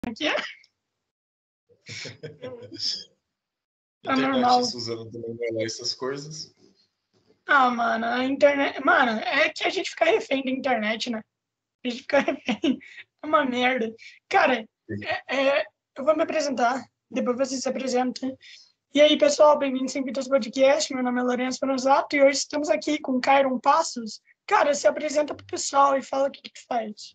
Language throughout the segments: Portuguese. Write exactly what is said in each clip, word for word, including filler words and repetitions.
aqui é. Tá Internet, normal. Suzano também vai lá essas coisas. Ah, mano, a internet... Mano, é que a gente fica refém da internet, né? A gente fica refém. É uma merda. Cara, é, é, eu vou me apresentar. Depois você se apresenta. E aí, pessoal, bem-vindos ao Vidas Podcast. Meu nome é Lourenço Panosato e hoje estamos aqui com o Cairon Passos. Cara, se apresenta pro pessoal e fala o que que faz.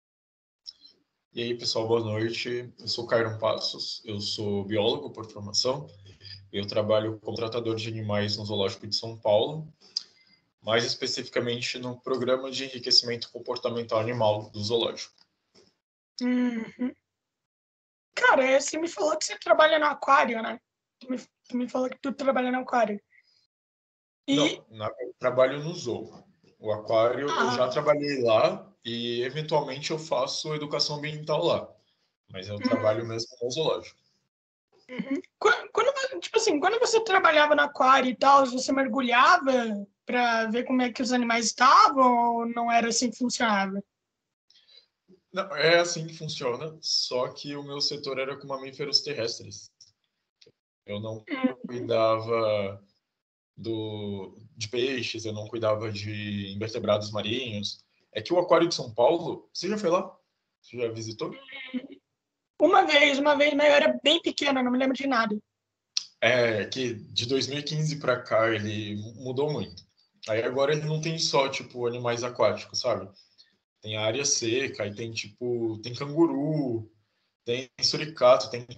E aí, pessoal, boa noite. Eu sou Cairon Passos, eu sou biólogo por formação. Eu trabalho como tratador de animais no Zoológico de São Paulo, mais especificamente no Programa de Enriquecimento Comportamental Animal do Zoológico. Uhum. Cara, você me falou que você trabalha no aquário, né? Tu me, tu me falou que tu trabalha no aquário. E... Não, na, eu trabalho no zoo. O aquário, ah, eu já trabalhei lá e, eventualmente, eu faço educação ambiental lá. Mas eu trabalho uhum. mesmo no zoológico. Uhum. Quando, quando, tipo assim, quando você trabalhava no aquário e tal, você mergulhava para ver como é que os animais estavam ou não era assim que funcionava? Não, é assim que funciona, só que o meu setor era com mamíferos terrestres. Eu não Uhum. cuidava do, de peixes, eu não cuidava de invertebrados marinhos. É que o Aquário de São Paulo, você já foi lá? Você já visitou? Uma vez, uma vez, mas eu era bem pequena, não me lembro de nada. É que de dois mil e quinze para cá ele mudou muito. Aí agora ele não tem só, tipo, animais aquáticos, sabe? Tem área seca, aí tem, tipo, tem canguru, tem suricato, tem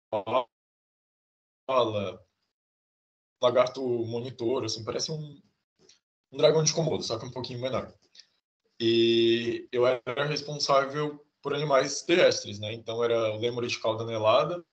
koala, lagarto monitor, assim, parece um, um dragão de Komodo, só que um pouquinho menor. E eu era responsável por animais terrestres, né? Então era o lêmure de cauda anelada,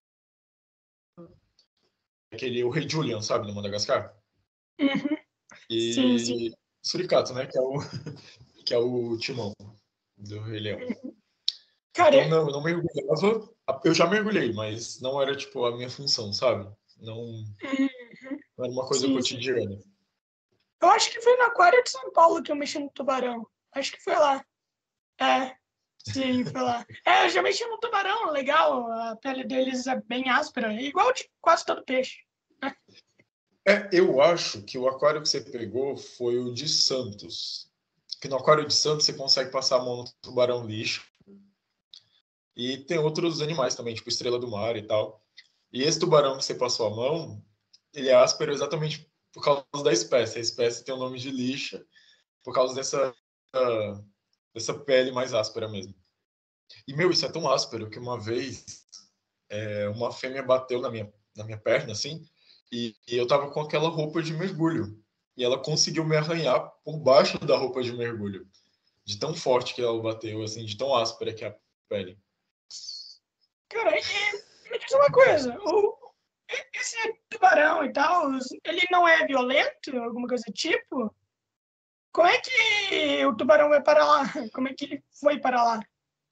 aquele o rei Julian, sabe, no Madagascar, Uhum. Sim, sim. e suricato, né, que é o que é o timão do Rei Leão. Cara, Então não, eu não mergulhava, eu já mergulhei, mas não era tipo a minha função, sabe? Não, uhum. não era uma coisa Sim, sim. cotidiana. Eu acho que foi no aquário de São Paulo que eu mexi no tubarão. Acho que foi lá. É, sim, foi lá. É, eu já mexi no tubarão, legal. A pele deles é bem áspera, igual de quase todo peixe. É, eu acho que o aquário que você pegou foi o de Santos. Que no aquário de Santos você consegue passar a mão no tubarão lixo. E tem outros animais também, tipo estrela do mar e tal. E esse tubarão que você passou a mão, ele é áspero exatamente por causa da espécie. A espécie tem o nome de lixa por causa dessa, uh, dessa pele mais áspera mesmo. E, meu, isso é tão áspero que uma vez é, uma fêmea bateu na minha, na minha perna, assim, e, e eu tava com aquela roupa de mergulho. E ela conseguiu me arranhar por baixo da roupa de mergulho. De tão forte que ela bateu, assim, de tão áspera que é a pele. Cara, e me diz uma coisa, o, esse tubarão e tal, ele não é violento, alguma coisa do tipo? Como é que o tubarão vai para lá? Como é que ele foi para lá?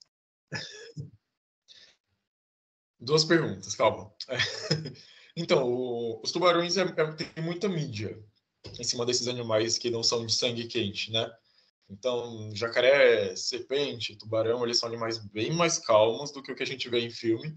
Duas perguntas, calma. Então, o, os tubarões é, é, tem muita mídia em cima desses animais que não são de sangue quente, né? Então, jacaré, serpente, tubarão, eles são animais bem mais calmos do que o que a gente vê em filme.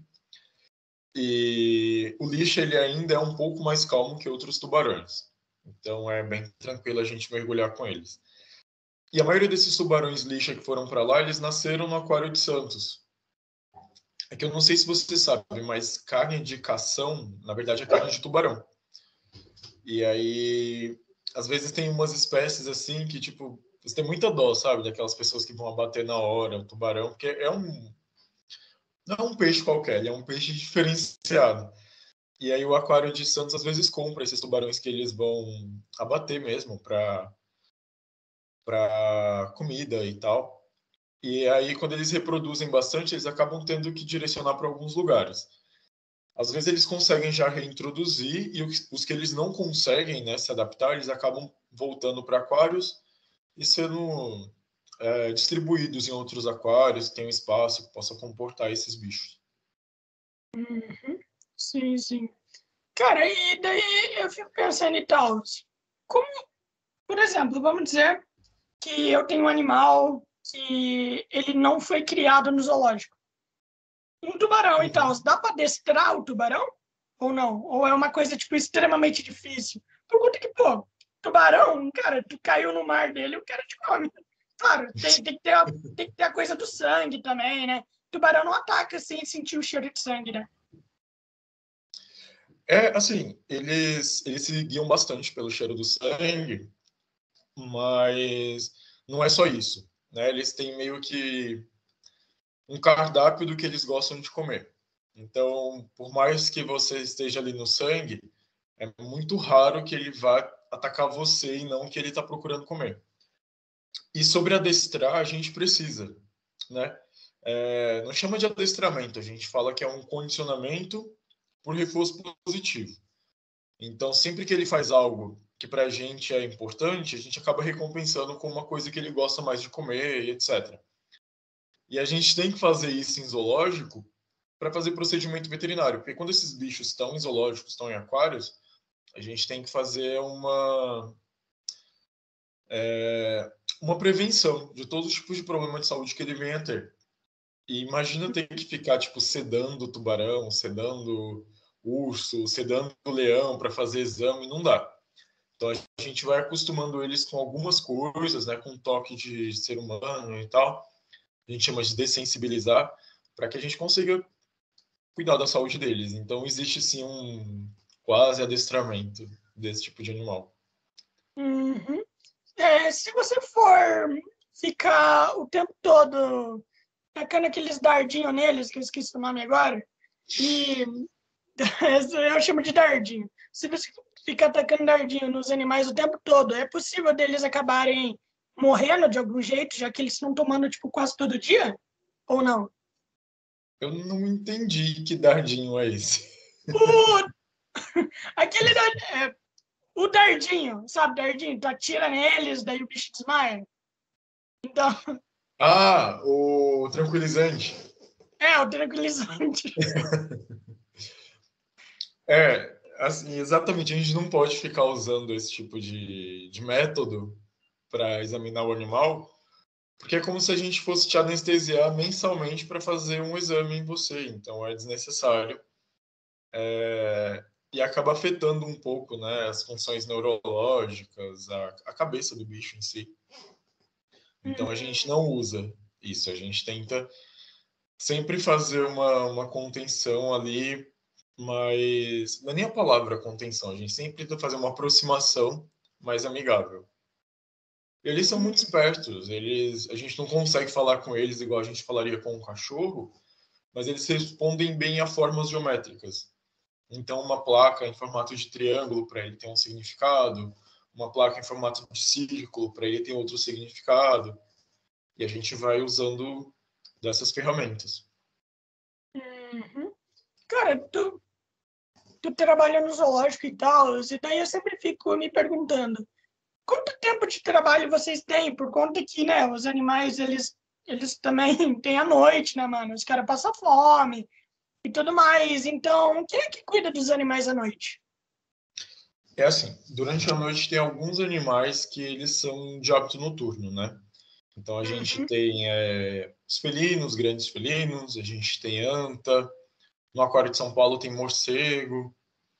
E o lixa, ele ainda é um pouco mais calmo que outros tubarões. Então, é bem tranquilo a gente mergulhar com eles. E a maioria desses tubarões lixa que foram para lá, eles nasceram no Aquário de Santos. É que eu não sei se você sabe, mas carne de cação, na verdade, é carne de tubarão. E aí, às vezes tem umas espécies assim que, tipo, você tem muita dó, sabe? Daquelas pessoas que vão abater na hora o tubarão, porque é um... Não é um peixe qualquer, ele é um peixe diferenciado. E aí o Aquário de Santos às vezes compra esses tubarões que eles vão abater mesmo para para comida e tal. E aí quando eles reproduzem bastante, eles acabam tendo que direcionar para alguns lugares. Às vezes eles conseguem já reintroduzir e os que eles não conseguem, né, se adaptar, eles acabam voltando para aquários e sendo é, distribuídos em outros aquários que tenham espaço que possa comportar esses bichos. Uhum. Sim, sim. Cara, e daí eu fico pensando e tal, como, por exemplo, vamos dizer que eu tenho um animal que ele não foi criado no zoológico. Um tubarão, Uhum. então, dá para adestrar o tubarão? Ou não? Ou é uma coisa, tipo, extremamente difícil? Por conta que, pô, tubarão, cara, tu caiu no mar dele, o cara te come. Claro, tem, tem, que ter a, tem que ter a coisa do sangue também, né? Tubarão não ataca sem sentir o cheiro de sangue, né? É, assim, eles, eles se guiam bastante pelo cheiro do sangue, mas não é só isso, né? Eles têm meio que um cardápio do que eles gostam de comer. Então, por mais que você esteja ali no sangue, é muito raro que ele vá atacar você e não que ele está procurando comer. E sobre adestrar, a gente precisa, né? É, não chama de adestramento, a gente fala que é um condicionamento por reforço positivo. Então, sempre que ele faz algo que para a gente é importante, a gente acaba recompensando com uma coisa que ele gosta mais de comer e etcétera. E a gente tem que fazer isso em zoológico para fazer procedimento veterinário, porque quando esses bichos estão em zoológicos, estão em aquários, a gente tem que fazer uma é, uma prevenção de todos os tipos de problema de saúde que ele venha a ter. E imagina ter que ficar tipo sedando o tubarão, sedando o urso, sedando o leão para fazer exame, não dá. Então a gente vai acostumando eles com algumas coisas, né, com um toque de ser humano e tal. A gente chama de dessensibilizar para que a gente consiga cuidar da saúde deles. Então existe sim um quase adestramento desse tipo de animal. Uhum. É, se você for ficar o tempo todo tacando aqueles dardinhos neles, que eu esqueci o nome agora, e eu chamo de dardinho. Se você ficar tacando dardinho nos animais o tempo todo, é possível deles acabarem morrendo de algum jeito, já que eles estão tomando tipo quase todo dia? Ou não? Eu não entendi que dardinho é esse. O, aquele da, é, o dardinho, sabe, dardinho, tu atira neles, daí o bicho desmaia. Então, Ah, o tranquilizante. é, o tranquilizante. É, assim, exatamente, a gente não pode ficar usando esse tipo de, de método para examinar o animal, porque é como se a gente fosse te anestesiar mensalmente para fazer um exame em você, então é desnecessário. É, e acaba afetando um pouco, né, as funções neurológicas, a, a cabeça do bicho em si. Então a gente não usa isso, a gente tenta sempre fazer uma, uma contenção ali, mas não é nem a palavra contenção, a gente sempre tenta fazer uma aproximação mais amigável. Eles são muito espertos, eles, a gente não consegue falar com eles igual a gente falaria com um cachorro, mas eles respondem bem a formas geométricas. Então, uma placa em formato de triângulo para ele tem um significado, uma placa em formato de círculo para ele tem outro significado, e a gente vai usando dessas ferramentas. Uhum. Cara, tu, tu trabalha no zoológico e tal, e daí eu sempre fico me perguntando, quanto tempo de trabalho vocês têm? Por conta que, né, os animais, eles, eles também têm a noite, né, mano? Os caras passam fome e tudo mais. Então, quem é que cuida dos animais à noite? É assim, durante a noite tem alguns animais que eles são de hábito noturno, né? Então a gente Uhum. tem é, os felinos, grandes felinos, a gente tem anta, no Aquário de São Paulo tem morcego,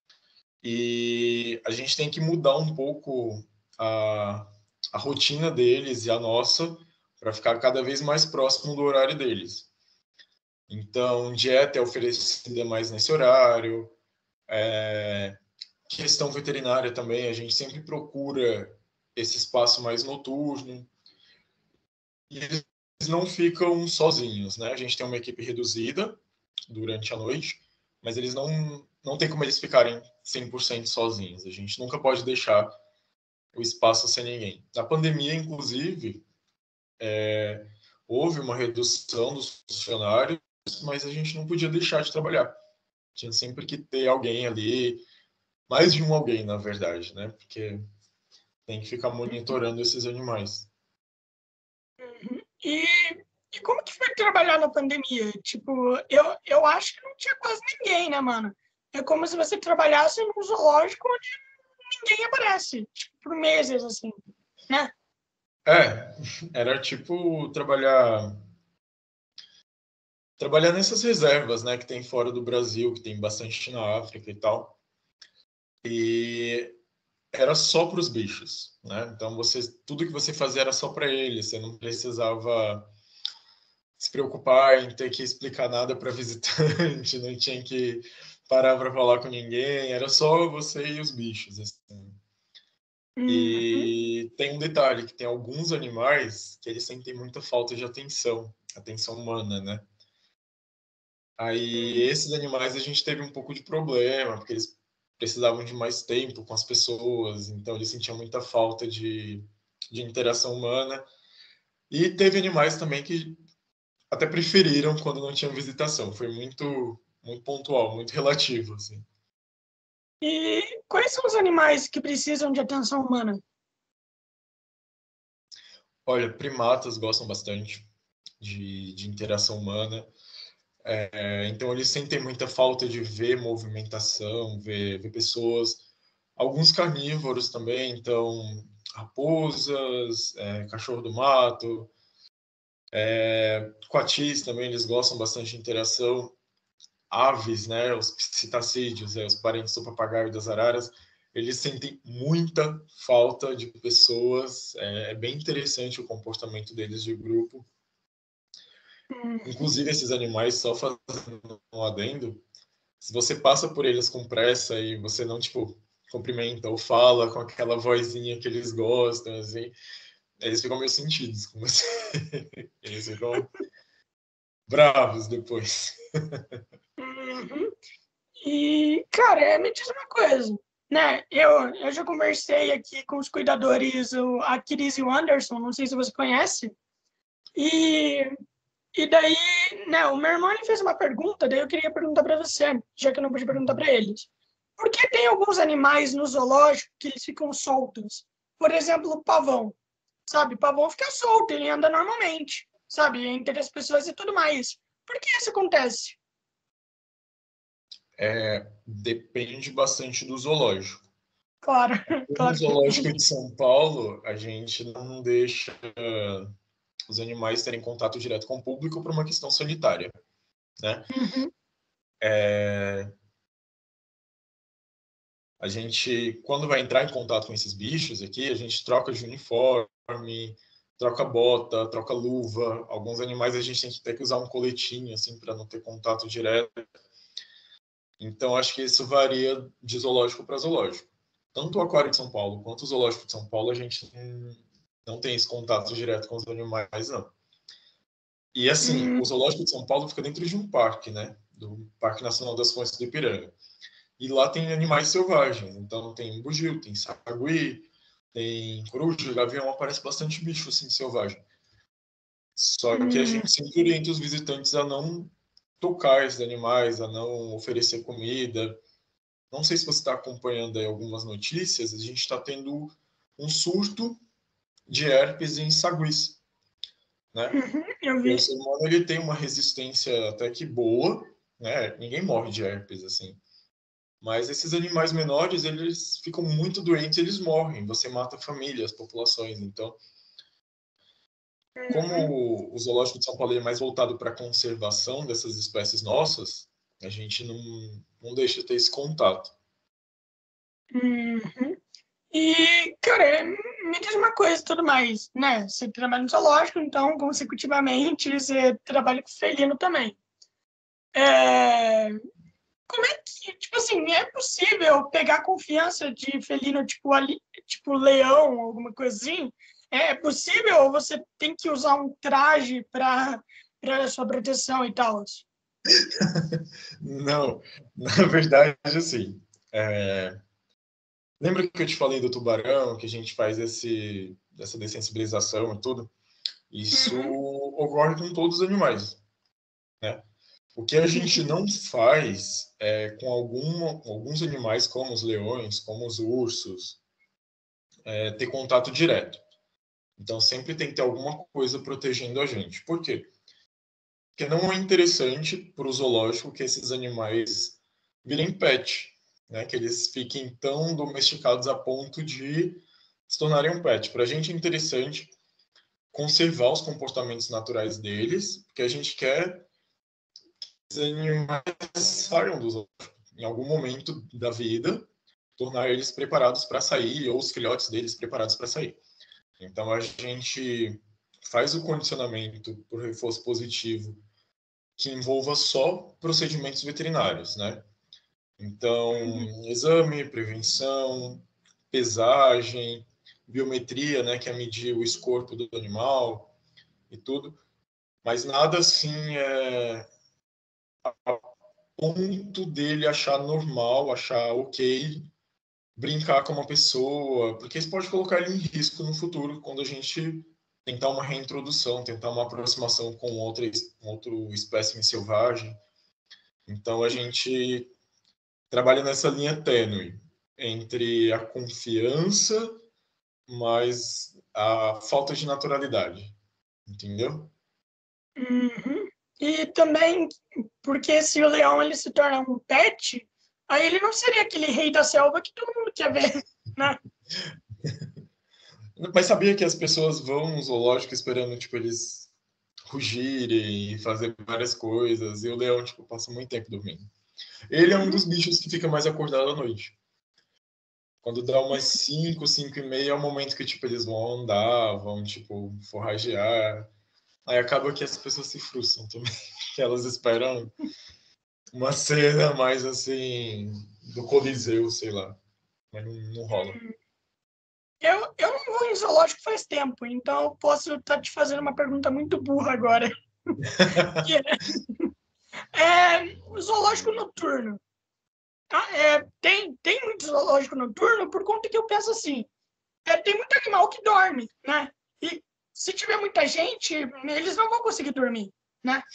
e a gente tem que mudar um pouco a, a rotina deles e a nossa para ficar cada vez mais próximo do horário deles. Então, dieta é oferecida mais nesse horário, é, questão veterinária também, a gente sempre procura esse espaço mais noturno. E eles não ficam sozinhos, né? A gente tem uma equipe reduzida durante a noite, mas eles não, não tem como eles ficarem cem por cento sozinhos. A gente nunca pode deixar o espaço sem ninguém. Na pandemia, inclusive, é, houve uma redução dos funcionários, mas a gente não podia deixar de trabalhar. Tinha sempre que ter alguém ali, mais de um alguém, na verdade, né? Porque tem que ficar monitorando esses animais. Uhum. E, e como que foi trabalhar na pandemia? Tipo, eu, eu acho que não tinha quase ninguém, né, mano? É como se você trabalhasse num zoológico onde ninguém aparece, tipo, por meses, assim, né? É, era tipo trabalhar trabalhar nessas reservas, né, que tem fora do Brasil, que tem bastante na África e tal. E era só para os bichos, né? Então você, tudo que você fazia era só para eles. Você não precisava se preocupar em ter que explicar nada para visitante, não tinha que parar para falar com ninguém. Era só você e os bichos. Assim. Uhum. E tem um detalhe que tem alguns animais que eles sentem muita falta de atenção, atenção humana, né? Aí esses animais a gente teve um pouco de problema, porque eles precisavam de mais tempo com as pessoas, então eles sentiam muita falta de, de interação humana. E teve animais também que até preferiram quando não tinham visitação. Foi muito, muito pontual, muito relativo, assim. E quais são os animais que precisam de atenção humana? Olha, primatas gostam bastante de, de interação humana. É, então eles sentem muita falta de ver movimentação, ver, ver pessoas. Alguns carnívoros também, então raposas, é, cachorro do mato, é, coatis também, eles gostam bastante de interação. Aves, né, os citacídeos, é, os parentes do papagaio e das araras, eles sentem muita falta de pessoas. É, é bem interessante o comportamento deles de grupo. Hum. Inclusive, esses animais, só fazendo um adendo, se você passa por eles com pressa e você não, tipo, cumprimenta ou fala com aquela vozinha que eles gostam, assim, eles ficam meio sentidos com você. Eles ficam bravos depois. Uhum. E, cara, me diz uma coisa, né? Eu, eu já conversei aqui com os cuidadores, o Aquiles e o Anderson, não sei se você conhece, e, e daí, né, o meu irmão ele fez uma pergunta, daí eu queria perguntar para você, já que eu não pude perguntar para eles. Por que tem alguns animais no zoológico que eles ficam soltos? Por exemplo, o pavão, sabe? O pavão fica solto, ele anda normalmente, sabe? Entre as pessoas e tudo mais. Por que isso acontece? É, depende bastante do zoológico. Claro, No claro que zoológico depende. de São Paulo, a gente não deixa os animais terem contato direto com o público por uma questão sanitária, né? Uhum. É, a gente, quando vai entrar em contato com esses bichos aqui, a gente troca de uniforme, troca bota, troca luva. Alguns animais a gente tem que ter que usar um coletinho, assim, para não ter contato direto. Então, acho que isso varia de zoológico para zoológico. Tanto o Aquário de São Paulo quanto o Zoológico de São Paulo, a gente não tem esse contato direto com os animais, não. E, assim, Hum. o Zoológico de São Paulo fica dentro de um parque, né? Do Parque Nacional das Fontes do Ipiranga. E lá tem animais selvagens. Então, tem bugio, tem sagui, tem coruja, gavião, aparece bastante bicho, assim, selvagem. Só que a Hum. gente sempre orienta os visitantes a não tocar esses animais, a não oferecer comida. Não sei se você está acompanhando aí algumas notícias, a gente está tendo um surto de herpes em saguis, né? Uhum, eu E o vi. ser humano ele tem uma resistência até que boa, né? Ninguém morre de herpes assim. Mas esses animais menores, eles ficam muito doentes, eles morrem. Você mata famílias, populações. Então, Uhum. como o zoológico de São Paulo é mais voltado para a conservação dessas espécies nossas, a gente não, não deixa de ter esse contato. Uhum. E, cara, me diz uma coisa e tudo mais, né? Você trabalha no zoológico, então, consecutivamente, você trabalha com felino também. É... Como é que, tipo assim, é possível pegar confiança de felino, tipo, ali, tipo leão, alguma coisa assim? É possível ou você tem que usar um traje para para sua proteção e tal? Não, na verdade, assim, é... lembra que eu te falei do tubarão, que a gente faz esse, essa dessensibilização e tudo? Isso Uhum. ocorre com todos os animais, né? O que a gente não faz é com alguma, alguns animais, como os leões, como os ursos, é ter contato direto. Então, sempre tem que ter alguma coisa protegendo a gente. Por quê? Porque não é interessante para o zoológico que esses animais virem pet, né? Que eles fiquem tão domesticados a ponto de se tornarem um pet. Para a gente é interessante conservar os comportamentos naturais deles, porque a gente quer animais saiam do zoológico em algum momento da vida, tornar eles preparados para sair, ou os filhotes deles preparados para sair. Então, a gente faz o condicionamento por reforço positivo que envolva só procedimentos veterinários, né? Então, exame, prevenção, pesagem, biometria, né, que é medir o escorpo do animal e tudo, mas nada assim é a ponto dele achar normal, achar ok brincar com uma pessoa, porque isso pode colocar ele em risco no futuro quando a gente tentar uma reintrodução, tentar uma aproximação com outra com outro espécime selvagem. Então a gente trabalha nessa linha tênue entre a confiança, mas a falta de naturalidade, entendeu? Uhum. E também, porque se o leão ele se torna um pet, aí ele não seria aquele rei da selva que todo mundo quer ver, né? Mas sabia que as pessoas vão no zoológico esperando, tipo, eles rugirem e fazer várias coisas, e o leão, tipo, passa muito tempo dormindo. Ele é um dos bichos que fica mais acordado à noite. Quando dá umas cinco, cinco e meia, é o momento que, tipo, eles vão andar, vão, tipo, forragear. Aí acaba que as pessoas se frustram também, que elas esperam uma cena mais, assim, do Coliseu, sei lá. Mas não, não rola. Eu, eu não vou em zoológico faz tempo, então eu posso estar te fazendo uma pergunta muito burra agora. Que é, é o zoológico noturno. Ah, é, tem, tem muito zoológico noturno por conta que eu penso assim, é, tem muito animal que dorme, né? E se tiver muita gente, eles não vão conseguir dormir, né?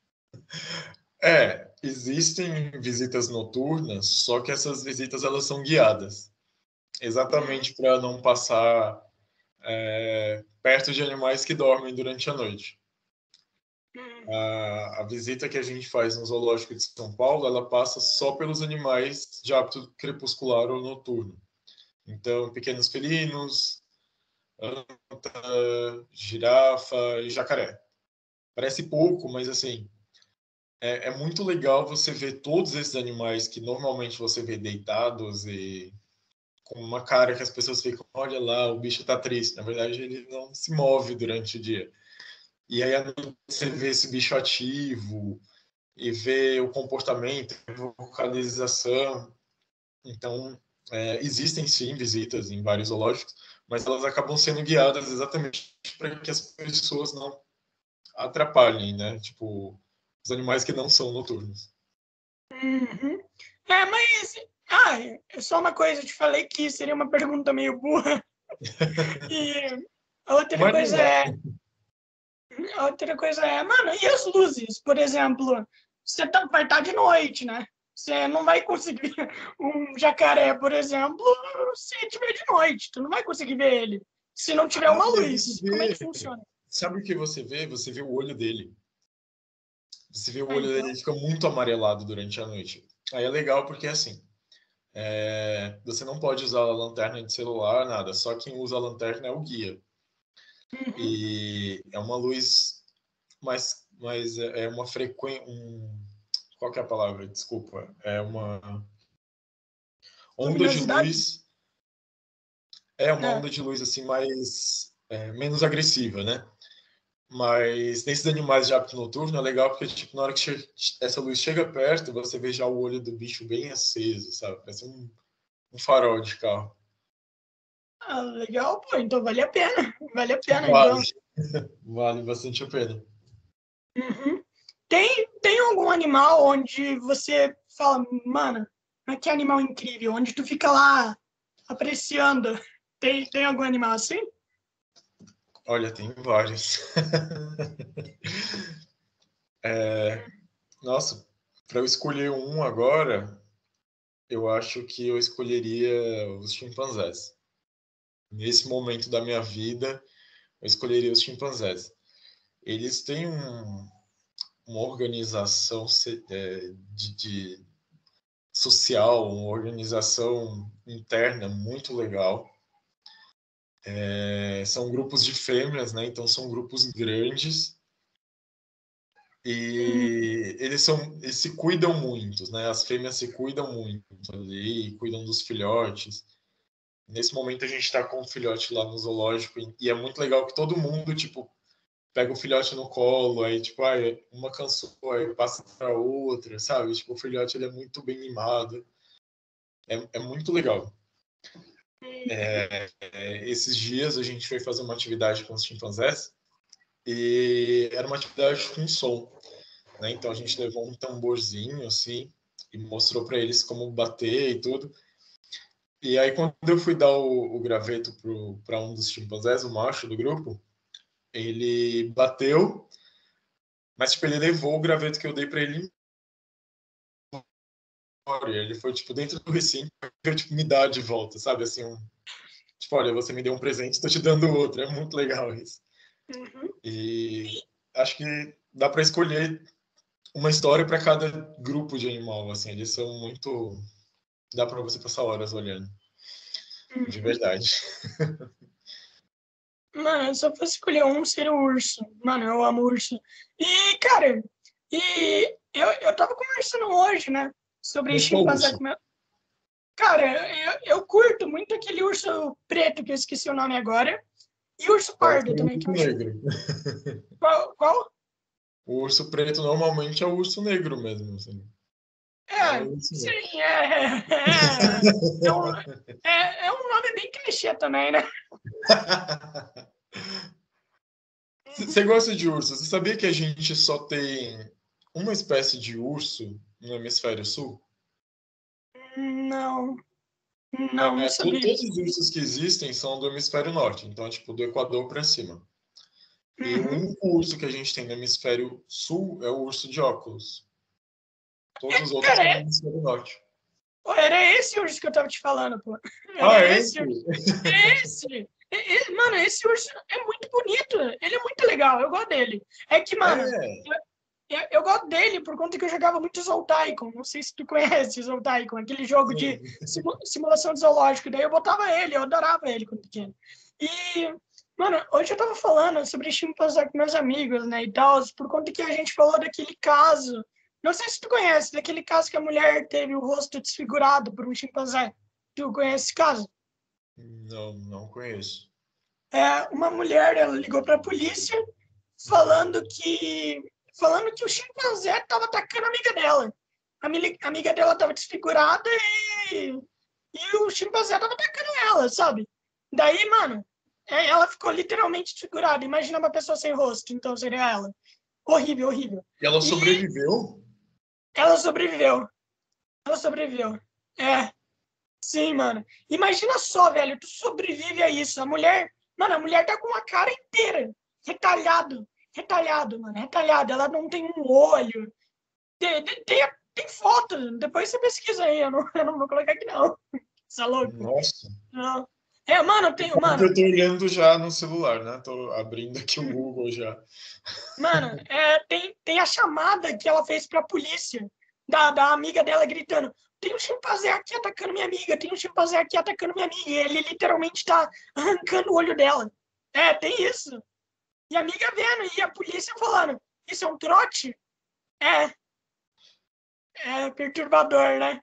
É, existem visitas noturnas, só que essas visitas elas são guiadas, exatamente para não passar é, perto de animais que dormem durante a noite. A, a visita que a gente faz no Zoológico de São Paulo, ela passa só pelos animais de hábito crepuscular ou noturno. Então, pequenos felinos, anta, girafa e jacaré. Parece pouco, mas assim, é, é muito legal você ver todos esses animais que normalmente você vê deitados e com uma cara que as pessoas ficam, olha lá, o bicho tá triste. Na verdade, ele não se move durante o dia. E aí você vê esse bicho ativo e vê o comportamento, a vocalização. Então, é, existem sim visitas em vários zoológicos, mas elas acabam sendo guiadas exatamente para que as pessoas não atrapalhem, né? Tipo, os animais que não são noturnos. Uhum. É, mas. Ah, é só uma coisa, eu te falei que seria uma pergunta meio burra. E a outra Mas coisa não é. é. A outra coisa é, mano, e as luzes? Por exemplo, você tá, vai estar de noite, né? Você não vai conseguir um jacaré, por exemplo, se tiver de noite. Tu não vai conseguir ver ele se não tiver Ah, uma mas você luz. Como é que vê. funciona? Sabe o que você vê? Você vê o olho dele. Você vê o Ah, olho dele, então. ele fica muito amarelado durante a noite. Aí é legal porque, assim, é, você não pode usar a lanterna de celular, nada. Só quem usa a lanterna é o guia. Uhum. E é uma luz, mas, mas é uma frequência. Um, qual que é a palavra? Desculpa. É uma onda de Luminosidade? luz. É uma É. onda de luz assim mais é, menos agressiva, né? Mas nesses animais de hábito noturno é legal porque tipo, na hora que che- essa luz chega perto, você vê já o olho do bicho bem aceso, sabe? Parece um, um farol de carro. Ah, legal, pô, então vale a pena. Vale a pena, Vale, então. vale bastante a pena. Uhum. Tem, tem algum animal onde você fala, mano, que animal incrível, onde tu fica lá apreciando? Tem, tem algum animal assim? Olha, tem vários. É, nossa, para eu escolher um agora, eu acho que eu escolheria os chimpanzés. Nesse momento da minha vida, eu escolheria os chimpanzés. Eles têm um, uma organização é, de, de social, uma organização interna muito legal. É, são grupos de fêmeas, né? Então são grupos grandes E eles são, eles se cuidam muito, né? As fêmeas se cuidam muito ali, cuidam dos filhotes. Nesse momento a gente está com o filhote lá no zoológico e é muito legal que todo mundo, tipo, pega o filhote no colo, aí, tipo, ai, uma cansou, aí passa para outra, sabe? Tipo, o filhote, ele é muito bem mimado. É, é muito legal. É, é, esses dias a gente foi fazer uma atividade com os chimpanzés e era uma atividade com som, né? Então a gente levou um tamborzinho, assim, e mostrou para eles como bater e tudo. E aí, quando eu fui dar o, o graveto para um dos chimpanzés, o macho do grupo, ele bateu, mas tipo, ele levou o graveto que eu dei para ele embora. Ele foi tipo dentro do recinto, eu tipo me dar de volta, sabe? Assim, um, tipo, olha, você me deu um presente, estou te dando outro. É muito legal isso. Uhum. E acho que dá para escolher uma história para cada grupo de animal, assim, eles são muito, dá para você passar horas olhando, de Uhum. verdade. Mano, se eu fosse escolher um, seria o urso. Mano, eu amo urso. E, cara, e eu, eu tava conversando hoje, né? Sobre Mas qual chimpanzé urso? com meu... Cara, eu, eu curto muito aquele urso preto, que eu esqueci o nome agora. E urso Pode pardo ser o também, que urso eu acho... negro. Qual? Qual? O urso preto normalmente é o urso negro mesmo, assim. É É, o urso negro. sim, é... É, é, um, é, é um nome bem clichê também, né? Você gosta de urso? Você sabia que a gente só tem uma espécie de urso no hemisfério sul? Não, não, não É, to- sabia todos disso. os ursos que existem são do hemisfério norte, então, tipo, do Equador para cima. E o Uhum. único urso que a gente tem no hemisfério sul é o urso de óculos. Todos os outros Cara, são do é, hemisfério norte. pô, era esse urso que eu tava te falando, pô. Ah, Era é esse esse? urso. É esse. É- é- mano, esse urso é muito bonito. Ele é muito legal. Eu gosto dele. É que, mano, É. eu, eu, eu gosto dele por conta que eu jogava muito Zoltaicon. Não sei se tu conhece Zoltaicon, aquele jogo de Sim. simu- simulação de zoológico. Daí eu botava ele, eu adorava ele quando pequeno. E, mano, hoje eu tava falando sobre chimpanzé com meus amigos, né, e tal, por conta que a gente falou daquele caso. Não sei se tu conhece, daquele caso que a mulher teve o rosto desfigurado por um chimpanzé. Tu conhece esse caso? Não, não conheço. É, uma mulher, ela ligou para a polícia falando que falando que o chimpanzé estava atacando a amiga dela. A amiga dela estava desfigurada e, e o chimpanzé estava atacando ela, sabe? Daí, mano, é, ela ficou literalmente desfigurada. Imagina uma pessoa sem rosto, então seria ela. Horrível, horrível. E ela E sobreviveu? ela sobreviveu. Ela sobreviveu. É, sim, mano. Imagina só, velho, tu sobrevive a isso. A mulher, mano, a mulher tá com a cara inteira, retalhado, retalhado, mano, retalhado. Ela não tem um olho. Tem, tem, tem, tem foto, depois você pesquisa aí, eu não, eu não vou colocar aqui não. Você é louco? Nossa. Não. É, mano, eu tenho, Porque mano, eu tô olhando já no celular, né? Tô abrindo aqui o Google já. mano, é, tem, tem a chamada que ela fez pra polícia, da, da amiga dela gritando: tem um chimpanzé aqui atacando minha amiga, tem um chimpanzé aqui atacando minha amiga. E ele literalmente tá arrancando o olho dela. É, tem isso. E a amiga vendo, e a polícia falando: isso é um trote? É, é perturbador, né?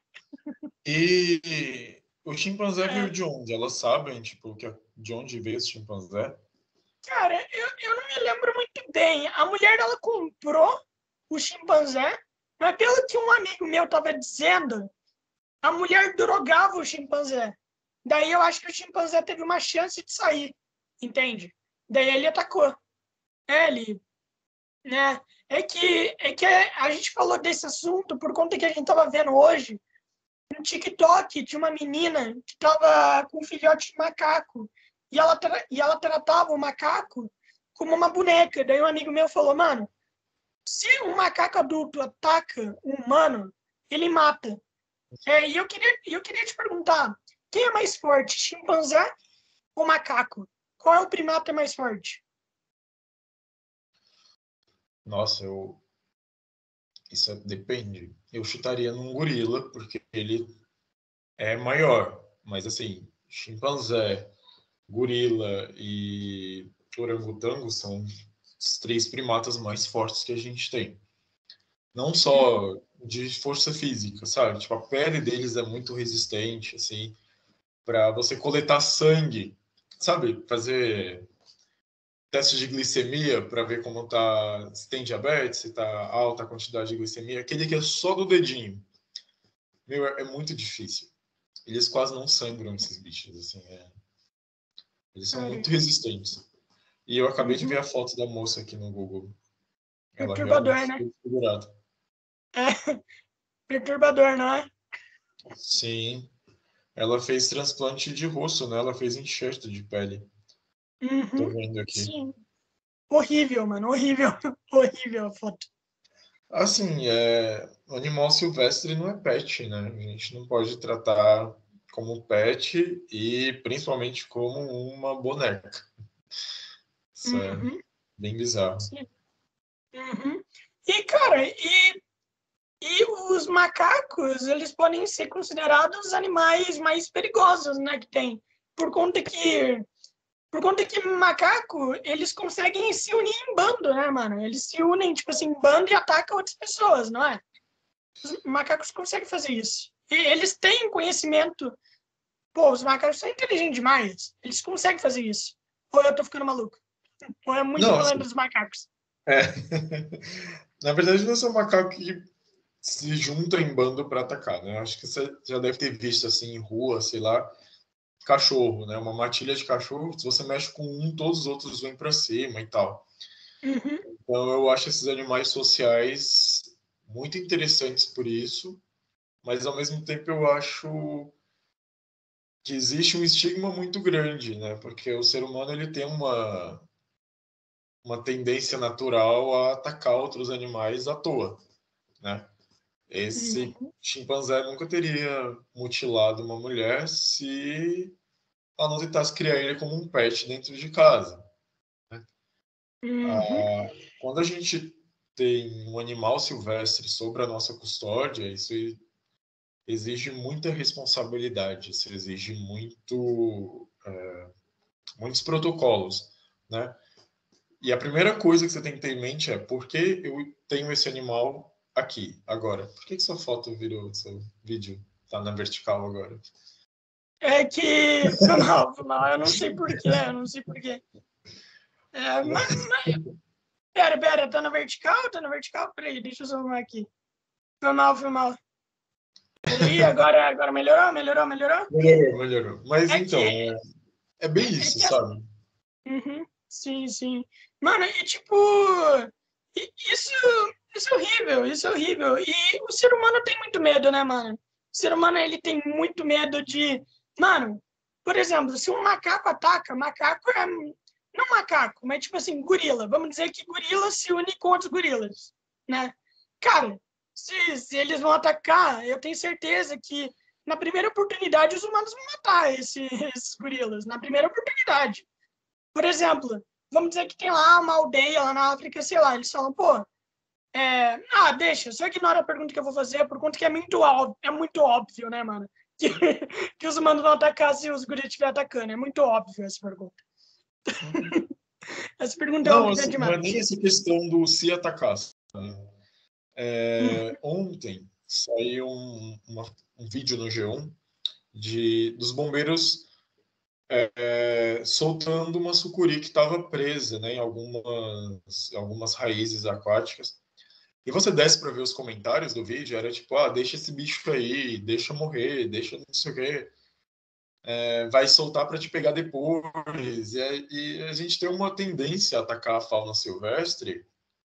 E o chimpanzé veio É. de onde? Elas sabem, tipo, que de onde veio esse chimpanzé? Cara, eu, eu não me lembro muito bem. A mulher dela comprou o chimpanzé, mas pelo que um amigo meu tava dizendo, a mulher drogava o chimpanzé. Daí eu acho que o chimpanzé teve uma chance de sair, entende? Daí ele atacou. É, ele, né? É que, é que a gente falou desse assunto por conta que a gente tava vendo hoje no TikTok de uma menina que tava com um filhote de macaco e ela, e ela tratava o macaco como uma boneca. Daí um amigo meu falou, mano, se um macaco adulto ataca um humano, ele mata. É, e eu queria, eu queria te perguntar, quem é mais forte, chimpanzé ou macaco? Qual é o primata mais forte? Nossa, eu. Isso é- depende. Eu chutaria num gorila, porque ele é maior. Mas assim, chimpanzé, gorila e orangotango são os três primatas mais fortes que a gente tem. Não só de força física, sabe? Tipo, a pele deles é muito resistente, assim, para você coletar sangue, sabe? Fazer teste de glicemia para ver como tá, se tem diabetes, se tá alta a quantidade de glicemia. Aquele que é só do dedinho. Meu, é, é muito difícil. Eles quase não sangram, esses bichos, assim, é... Eles são muito resistentes. E eu acabei de ver a foto da moça aqui no Google. Ela Perturbador, realmente né? foi desfigurada. É, perturbador, não é? Sim. Ela fez transplante de rosto, né? Ela fez enxerto de pele. Tô Uhum, vendo aqui. sim. Horrível, mano. Horrível. Horrível a foto. Assim, é... animal silvestre não é pet, né? A gente não pode tratar como pet e principalmente como uma boneca. Isso é Uhum, bem bizarro. sim. Uhum. E, cara, e, e os macacos, eles podem ser considerados os animais mais perigosos, né, que tem. Por conta que, por conta que macaco, eles conseguem se unir em bando, né, mano? Eles se unem, tipo assim, em bando e atacam outras pessoas, não é? Os macacos conseguem fazer isso. E eles têm conhecimento. Pô, os macacos são inteligentes demais. Eles conseguem fazer isso. Ou eu tô ficando maluco. Ou é muito Não, rolê assim, dos macacos. é. Na verdade, não são macacos que se juntam em bando para atacar, né? Acho que você já deve ter visto assim em rua, sei lá, cachorro, né? Uma matilha de cachorro, se você mexe com um, todos os outros vêm para cima e tal. Uhum, Então eu acho esses animais sociais muito interessantes por isso, mas ao mesmo tempo eu acho que existe um estigma muito grande, né? Porque o ser humano ele tem uma uma tendência natural a atacar outros animais à toa, né? Esse uhum, chimpanzé nunca teria mutilado uma mulher se ela não tentasse criar ele como um pet dentro de casa. uhum, Ah, quando a gente tem um animal silvestre sob a nossa custódia, isso exige muita responsabilidade, isso exige muito, é, muitos protocolos, né? E a primeira coisa que você tem que ter em mente é por que eu tenho esse animal aqui, agora? Por que, que sua foto virou, seu vídeo está na vertical agora? É que. Foi mal, foi mal. Eu não sei porquê, eu não sei porquê. É, mas, mas... Pera, pera, tá na vertical? Tá na vertical? Peraí, deixa eu zoomar aqui. Foi mal, foi mal. Peraí, agora, agora melhorou, melhorou, melhorou? Melhorou, melhorou. Mas É que. então, é, é bem É isso, que as... sabe? Uhum, sim, sim. Mano, e tipo. Isso, isso é horrível, isso é horrível. E o ser humano tem muito medo, né, mano? O ser humano, ele tem muito medo de... Mano, por exemplo, se um macaco ataca, macaco é... Não macaco, mas tipo assim, gorila. Vamos dizer que gorila se une com outros gorilas, né? Cara, se, se eles vão atacar, eu tenho certeza que na primeira oportunidade os humanos vão matar esse, esses gorilas. Na primeira oportunidade. Por exemplo, vamos dizer que tem lá uma aldeia lá na África, sei lá, eles falam, pô, é, ah, deixa, só ignora a pergunta que eu vou fazer, por conta que é muito óbvio, é muito óbvio, né, mano? Que, que os humanos vão atacar se os guris estiverem atacando. É muito óbvio essa pergunta. Essa pergunta é Não, óbvia assim, não é demais. nem essa questão do se atacar. Né? Hum, É, ontem saiu um, uma, um vídeo no G um de, dos bombeiros é, soltando uma sucuri que estava presa, né, em algumas, algumas raízes aquáticas. E você desce para ver os comentários do vídeo, era tipo, ah, deixa esse bicho aí, deixa morrer, deixa não sei o quê, é, vai soltar para te pegar depois. E, e a gente tem uma tendência a atacar a fauna silvestre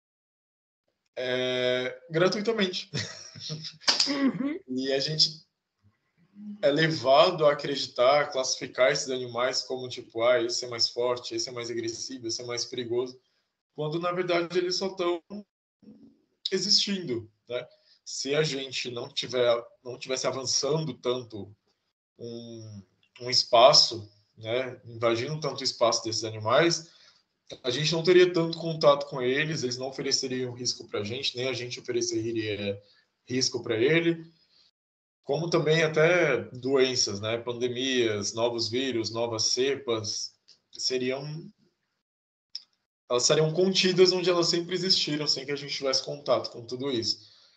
é, gratuitamente. uhum, E a gente é levado a acreditar, a classificar esses animais como tipo, ah, esse é mais forte, esse é mais agressivo, esse é mais perigoso, quando na verdade eles só estão existindo, né? Se a gente não tiver, não tivesse avançando tanto um, um espaço, né, invadindo tanto o espaço desses animais, a gente não teria tanto contato com eles, eles não ofereceriam risco para a gente, nem a gente ofereceria risco para ele, como também até doenças, né, pandemias, novos vírus, novas cepas, seriam elas seriam contidas onde elas sempre existiram, sem que a gente tivesse contato com tudo isso.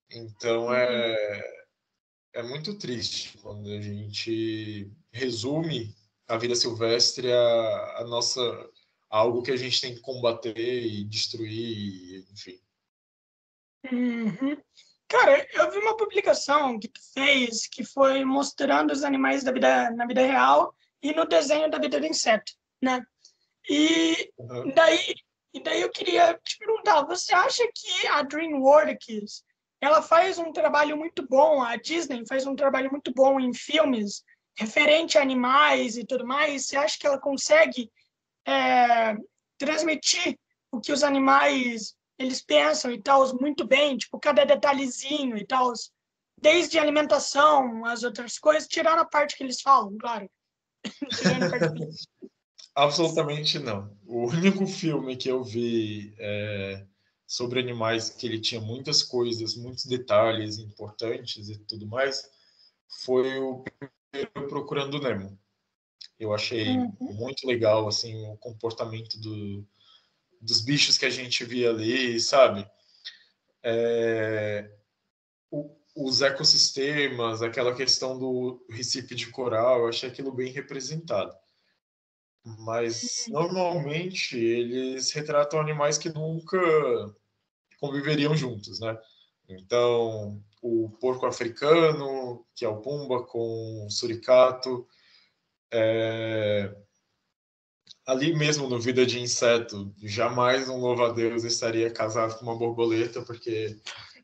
Então é, é muito triste quando a gente resume a vida silvestre a, a nossa a algo que a gente tem que combater e destruir, enfim. Uhum. Cara, eu vi uma publicação que tu fez que foi mostrando os animais da vida, na vida real e no desenho da vida do inseto, né? E Uhum. daí, e daí eu queria te perguntar, você acha que a DreamWorks, ela faz um trabalho muito bom, a Disney faz um trabalho muito bom em filmes referente a animais e tudo mais? Você acha que ela consegue é, transmitir o que os animais eles pensam e tal muito bem, tipo cada detalhezinho e tal, desde a alimentação, as outras coisas, tirando a parte que eles falam, claro, tirando a parte que... Absolutamente não. O único filme que eu vi é, sobre animais que ele tinha muitas coisas, muitos detalhes importantes e tudo mais, foi o primeiro Procurando Nemo. Eu achei Uhum. muito legal assim o comportamento do, dos bichos que a gente via ali, sabe? É, o, os ecossistemas, aquela questão do Recife de coral, eu achei aquilo bem representado. Mas normalmente eles retratam animais que nunca conviveriam juntos, né? Então, o porco africano, que é o pumba, com o suricato, é... ali mesmo no Vida de Inseto, jamais um louva-a-Deus estaria casado com uma borboleta, porque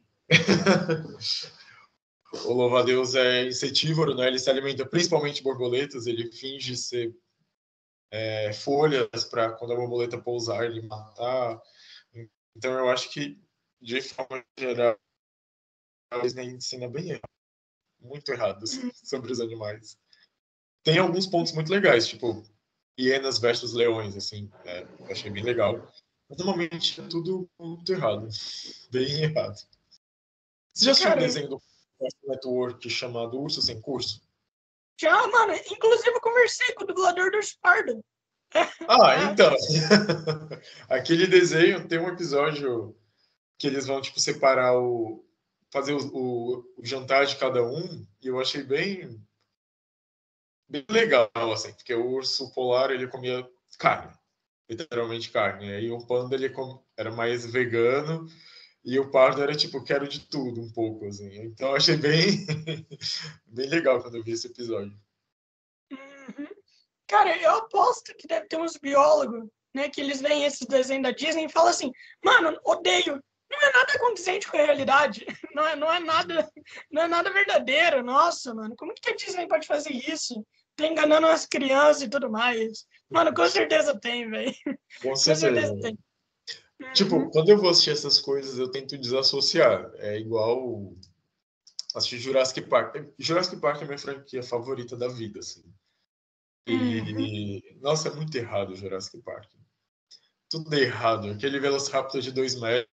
o louva-a-Deus é insetívoro, né? Ele se alimenta principalmente de borboletas, ele finge ser é, folhas para quando a borboleta pousar ele matar. Então eu acho que de forma geral a Disney ensina bem errado, muito errados sobre os animais. Tem alguns pontos muito legais, tipo hienas versus leões, assim, é, eu achei bem legal. Mas normalmente é tudo muito errado, bem errado. Você já assistiu um Cara, desenho do Cartoon Network chamado Urso Sem Curso? já, mano, inclusive eu conversei com o dublador do Spardo. Ah, É. então. Aquele desenho tem um episódio que eles vão, tipo, separar o... fazer o, o, o jantar de cada um, e eu achei bem, bem legal, assim, porque o urso polar, ele comia carne, literalmente carne, aí o panda, ele com... era mais vegano, e o pardo era, tipo, quero de tudo, um pouco, assim. Então eu achei bem, bem legal quando eu vi esse episódio. Uhum. Cara, eu aposto que deve ter uns biólogos, né, que eles veem esses desenhos da Disney e falam assim, mano, odeio. Não é nada condizente com a realidade. Não é, não é nada, não é nada verdadeiro. Nossa, mano, como que a Disney pode fazer isso? Tá enganando as crianças e tudo mais. Mano, com certeza tem, velho. Com Com certeza. certeza tem. Tipo, Uhum. quando eu vou assistir essas coisas, eu tento desassociar. É igual assistir Jurassic Park. Jurassic Park é a minha franquia favorita da vida, assim. Uhum. E, nossa, é muito errado o Jurassic Park. Tudo é errado. Aquele Velociraptor de dois metros.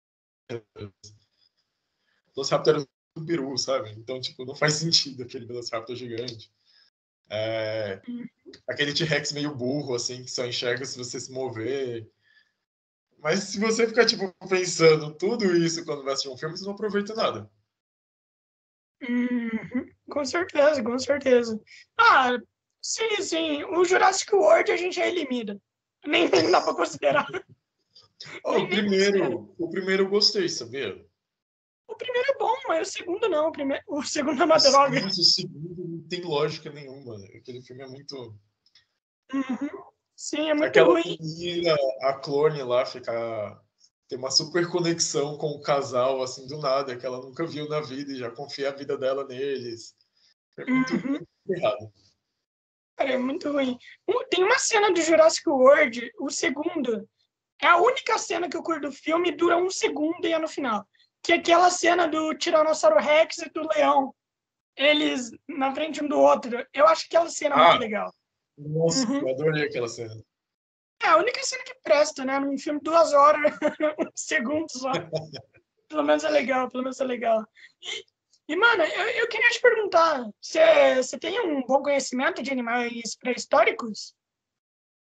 Velociraptor era um peru, sabe? Então, tipo, não faz sentido aquele Velociraptor gigante. É, aquele T-Rex meio burro, assim, que só enxerga se você se mover. Mas se você ficar, tipo, pensando tudo isso quando vai assistir um filme, você não aproveita nada. Uhum. Com certeza, com certeza. Ah, sim, sim. O Jurassic World a gente já elimina. Nem, nem dá pra considerar. Oh, Nem, o nem considera. primeiro, o primeiro eu gostei, sabia? O primeiro é bom, mas o segundo não. O, primeiro, o segundo é O, uma droga. nossa, o segundo não tem lógica nenhuma. Aquele filme é muito. Uhum. Sim, é muito Aquela ruim. menina, a clone lá, ficar. Ter uma super conexão com o casal, assim, do nada, que ela nunca viu na vida e já confia a vida dela neles. É muito, Uhum. muito errado. Cara, é muito ruim. Um- Tem uma cena do Jurassic World, o segundo. É a única cena que eu curto do filme, dura um segundo e é no final. Que é aquela cena do Tiranossauro Rex e do Leão. Eles na frente um do outro. Eu acho aquela cena muito Ah, legal. nossa, Uhum. eu adorei aquela cena. É a única cena que presta, né? Num filme de duas horas, um segundo só. Pelo menos é legal, pelo menos é legal. E, e mano, eu, eu queria te perguntar, você tem um bom conhecimento de animais pré-históricos?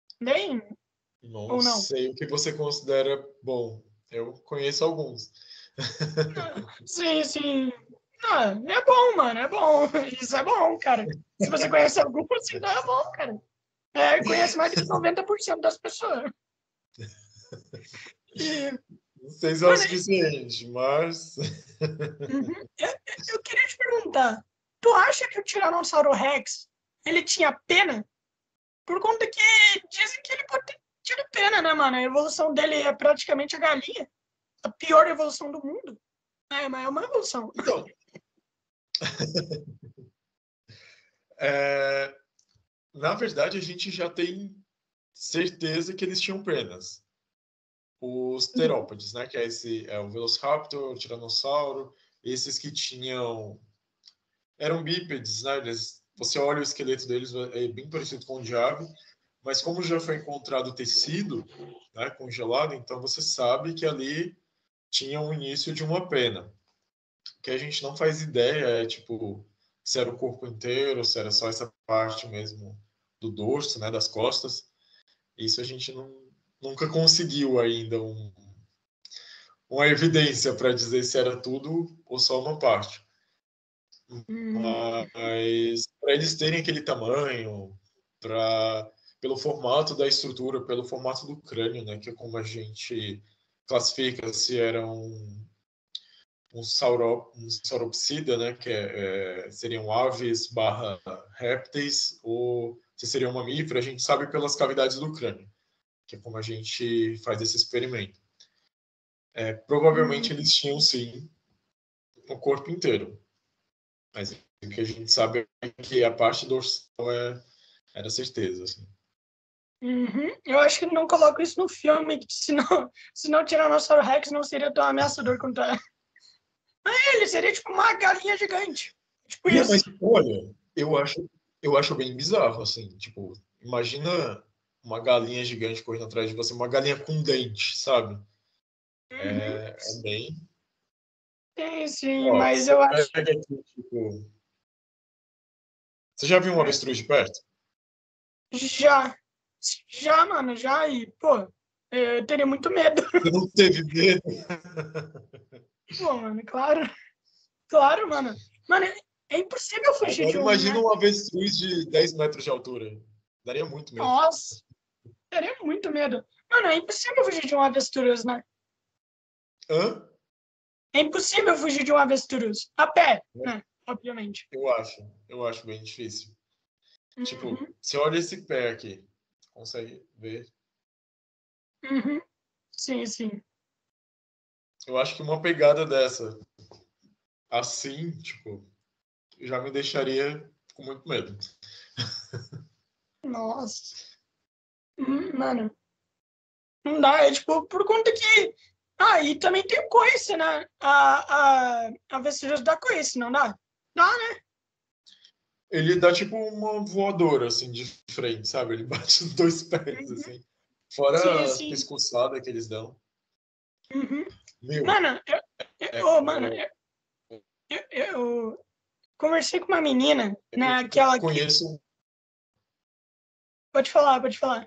Bem, Não ou não? sei o que você considera bom. Eu conheço alguns. Sim, sim. Ah, é bom, mano, é bom. Isso é bom, cara. Se você conhece algum, então é bom, cara. É, conhece mais do que noventa por cento das pessoas. E, Não sei se é o mano, suficiente, mas. uhum. eu, eu queria te perguntar, tu acha que o Tiranossauro Rex, ele tinha pena? Por conta que dizem que ele pode ter tido pena, né, mano? A evolução dele é praticamente a galinha. A pior evolução do mundo. É, mas é uma evolução. Então, é, na verdade, a gente já tem certeza que eles tinham penas. Os terópodes, né? Que é esse é o Velociraptor, o Tiranossauro, esses que tinham eram bípedes, né? Eles, você olha o esqueleto deles é bem parecido com o de ave, mas como já foi encontrado tecido, né, congelado, então você sabe que ali tinha o início de uma pena. O que a gente não faz ideia é tipo se era o corpo inteiro, se era só essa parte mesmo do dorso, né, das costas. Isso a gente não, nunca conseguiu ainda um, uma evidência para dizer se era tudo ou só uma parte. Hum, Mas para eles terem aquele tamanho, para pelo formato da estrutura, pelo formato do crânio, né, que é como a gente classifica se era um um, sauro, um sauropsida, né, que é, é, seriam aves barra répteis, ou se seria um mamífero, a gente sabe pelas cavidades do crânio, que é como a gente faz esse experimento. É, provavelmente hum, eles tinham, sim, o corpo inteiro, mas o que a gente sabe é que a parte dorsal é, era certeza. Assim. uhum. Eu acho que não coloco isso no filme, senão, senão o Tiranossauro Rex não seria tão ameaçador quanto é. Ele seria tipo uma galinha gigante. Tipo Não, mas isso. olha, eu acho, eu acho bem bizarro, assim, tipo, imagina uma galinha gigante correndo atrás de você, uma galinha com dente, sabe? Uhum. É, é bem. Sim, sim, Ó, mas você eu acho. pega aqui, tipo. Você já viu um É, avestruz de perto? já. Já, mano, já. E, pô, eu teria muito medo. Você não teve medo? Pô, mano, claro. Claro, mano. Mano, é impossível fugir Agora de um, imagina né? um avestruz de dez metros de altura. Daria muito medo. Nossa, teria muito medo. Mano, é impossível fugir de um avestruz, né? Hã? É impossível fugir de um avestruz. A pé, né? Obviamente. Eu acho. Eu acho bem difícil. Tipo, Uhum, você olha esse pé aqui. Consegue ver? uhum. Sim, sim. Eu acho que uma pegada dessa, assim, tipo, já me deixaria com muito medo. Nossa. Uhum, mano, não dá. É tipo, por conta que. Ah, e também tem o coice, né? A, a, a avestruz dá coice, não dá? Dá, né? Ele dá tipo uma voadora, assim, de frente, sabe? Ele bate os dois pés, Uhum. assim. Sim, Fora as sim. pescoçadas que eles dão. Uhum. Meu, Mano, eu, eu, é, ô, mano, é, eu, eu, eu conversei com uma menina, eu né? Aquela que. conheço. Pode falar, pode falar.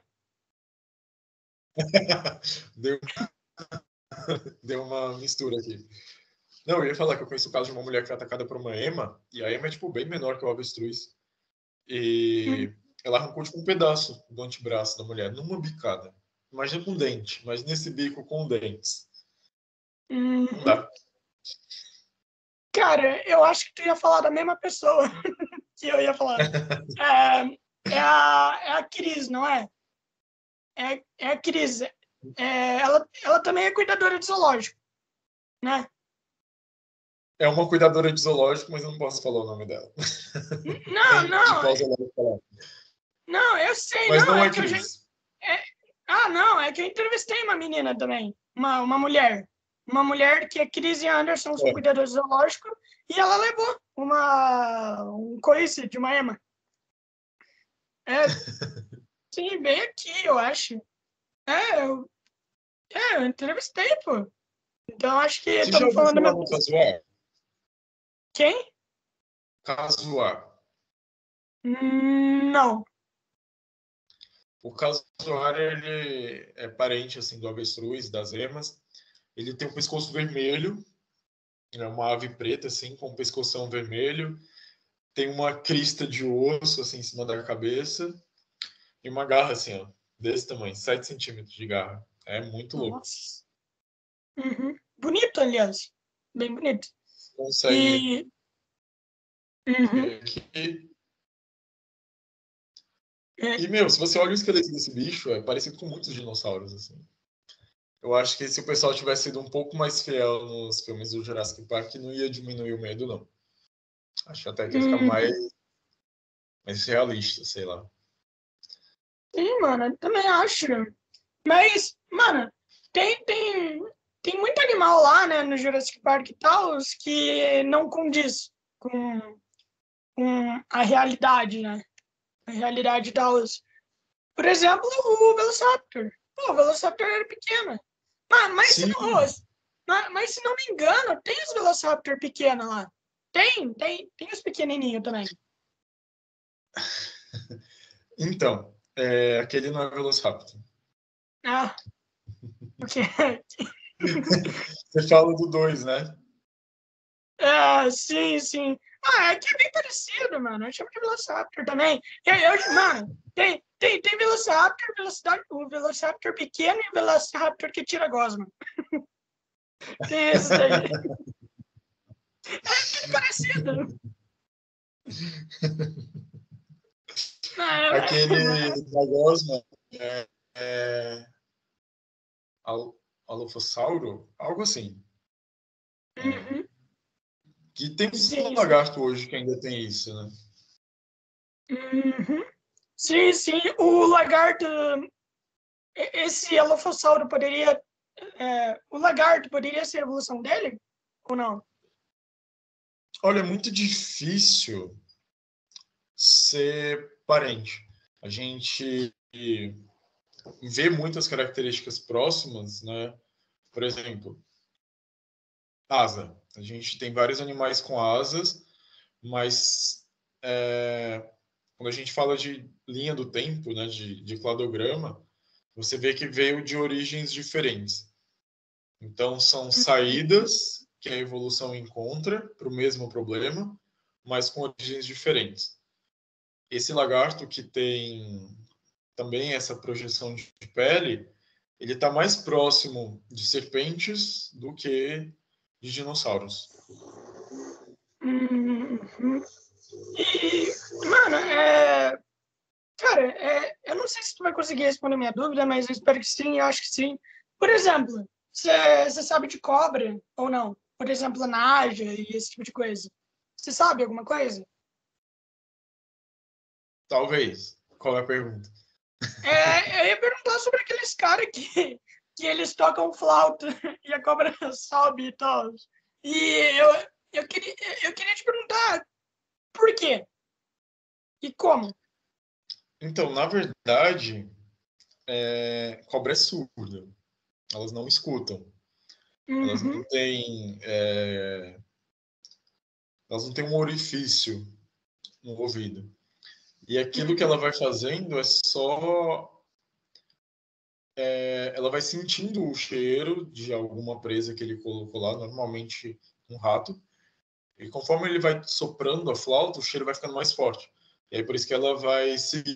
deu, deu uma mistura aqui. Não, eu ia falar que eu conheço o caso de uma mulher que foi atacada por uma ema, e a ema é tipo bem menor que o avestruz. Hum, E ela arrancou tipo um pedaço do antebraço da mulher, numa bicada. Imagina com dente, mas nesse bico com dentes. hum. Não dá. Cara, eu acho que tu ia falar da mesma pessoa que eu ia falar. É, é a, é a Cris, não é? É, é a Cris. É, ela, ela também é cuidadora de zoológico, né? É uma cuidadora de zoológico, mas eu não posso falar o nome dela. Não, Nem de não, qual zoológico falar. não, eu sei, Mas não, não é é que eu já. Cris. É, ah, não, é que eu entrevistei uma menina também, uma, uma mulher. Uma mulher que é Cris e Anderson, são É. cuidadores de zoológico, e ela levou uma, um coice de uma ema. É, sim, bem aqui, eu acho. É, eu, é, eu entrevistei, pô. Então acho que Você já estamos ouviu falando da falar mesma no pessoa. casuar? Quem? Casuar. Hum, não. O casuar, ele é parente assim do avestruz, das emas. Ele tem o pescoço vermelho, É uma ave preta, assim, com um pescoção vermelho. Tem uma crista de osso, assim, em cima da cabeça. E uma garra, assim, ó, desse tamanho, sete centímetros de garra. É muito louco. Nossa. Uhum. Bonito, aliás. Bem bonito. Consegue E. Uhum. ver aqui. É, E, meu, se você olha o esqueleto desse bicho, é parecido com muitos dinossauros, assim. Eu acho que se o pessoal tivesse sido um pouco mais fiel nos filmes do Jurassic Park, não ia diminuir o medo, não. Acho até que ia ficar mais, uhum. mais realista, sei lá. Sim, mano, eu também acho. Mas, mano, tem, tem, tem muito animal lá, né, no Jurassic Park e tal, que não condiz com, com a realidade, né? A realidade e tal. Por exemplo, o Velociraptor. Pô, o Velociraptor era pequeno. Mas, mas, se Sim, não, mas, mas se não me engano, tem os Velociraptor pequenos lá. Tem, tem, tem os pequenininhos também. então, é, aquele não é Velociraptor. Ah, ok. Você fala do dois, né? Ah, sim, sim. Ah, é que é bem parecido, mano. Eu chamo de Velociraptor também. Eu, eu, mano, tem, tem, tem Velociraptor, velocidade, o Velociraptor pequeno e o Velociraptor que tira gosma. Tem esses daí. É tudo parecido. Não, é, Aquele é, da Gosma é, é Al- Alofossauro? Algo assim. É. uhum, Que tem um sim, sim. lagarto hoje que ainda tem isso, né? Uhum. Sim, sim. O lagarto, esse Alofossauro poderia, é, o lagarto poderia ser a evolução dele ou não? Olha, é muito difícil ser parente. A gente vê muitas características próximas, né? Por exemplo, asa. A gente tem vários animais com asas, mas é, quando a gente fala de linha do tempo, né, de, de cladograma, você vê que veio de origens diferentes. Então, são saídas que a evolução encontra para o mesmo problema, mas com origens diferentes. Esse lagarto que tem também essa projeção de pele, ele está mais próximo de serpentes do que de dinossauros. Uhum. E, mano, é, cara, é, eu não sei se tu vai conseguir responder minha dúvida, mas eu espero que sim, eu acho que sim. Por exemplo, você sabe de cobra ou não? Por exemplo, naja e esse tipo de coisa. Você sabe alguma coisa? Talvez. Qual é a pergunta? É, eu ia perguntar sobre aqueles caras que, que eles tocam flauta e a cobra sobe e tal. E eu, eu, queria, eu queria te perguntar por quê e como. Então, na verdade, é, cobra é surda. Elas não escutam. Elas não Uhum, têm, é, elas não têm um orifício no ouvido. E aquilo que ela vai fazendo é só. É, ela vai sentindo o cheiro de alguma presa que ele colocou lá, normalmente um rato. E conforme ele vai soprando a flauta, o cheiro vai ficando mais forte. E aí por isso que ela vai seguindo.